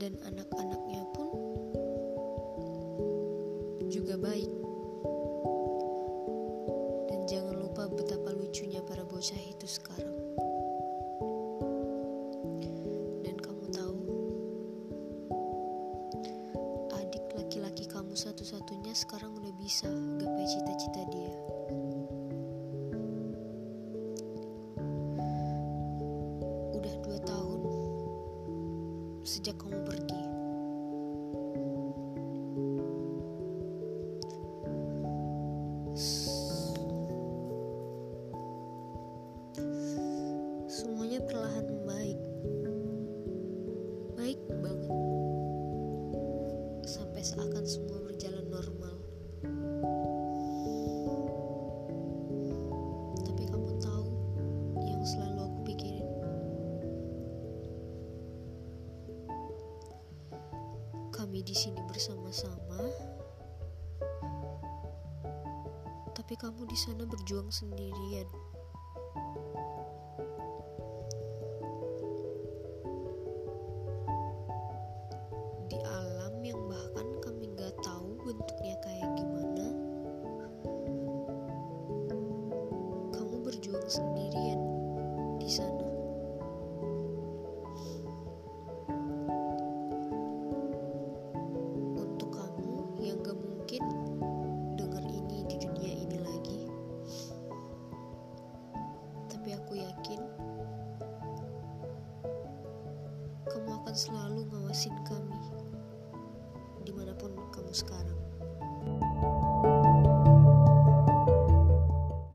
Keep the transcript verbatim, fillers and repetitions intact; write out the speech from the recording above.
dan anak-anaknya pun juga baik. Dan jangan lupa betapa lucunya para bocah itu sekarang. Dan kamu tahu, adik laki-laki kamu satu-satunya sekarang udah bisa gapai cita-cita dia. Udah dua tahun sejak kamu pergi. Semuanya perlahan membaik. Baik banget. Sampai seakan semua berjalan normal. Tapi kamu tahu yang selalu aku pikirin? Kami di sini bersama-sama, tapi kamu di sana berjuang sendirian. Di alam yang bahkan kami gak tahu bentuknya kayak gimana, kamu berjuang sendirian di sana. Untuk kamu yang gak mungkin dengar ini di dunia ini lagi, tapi aku yakin kamu akan selalu ngawasin kami dimanapun kamu sekarang.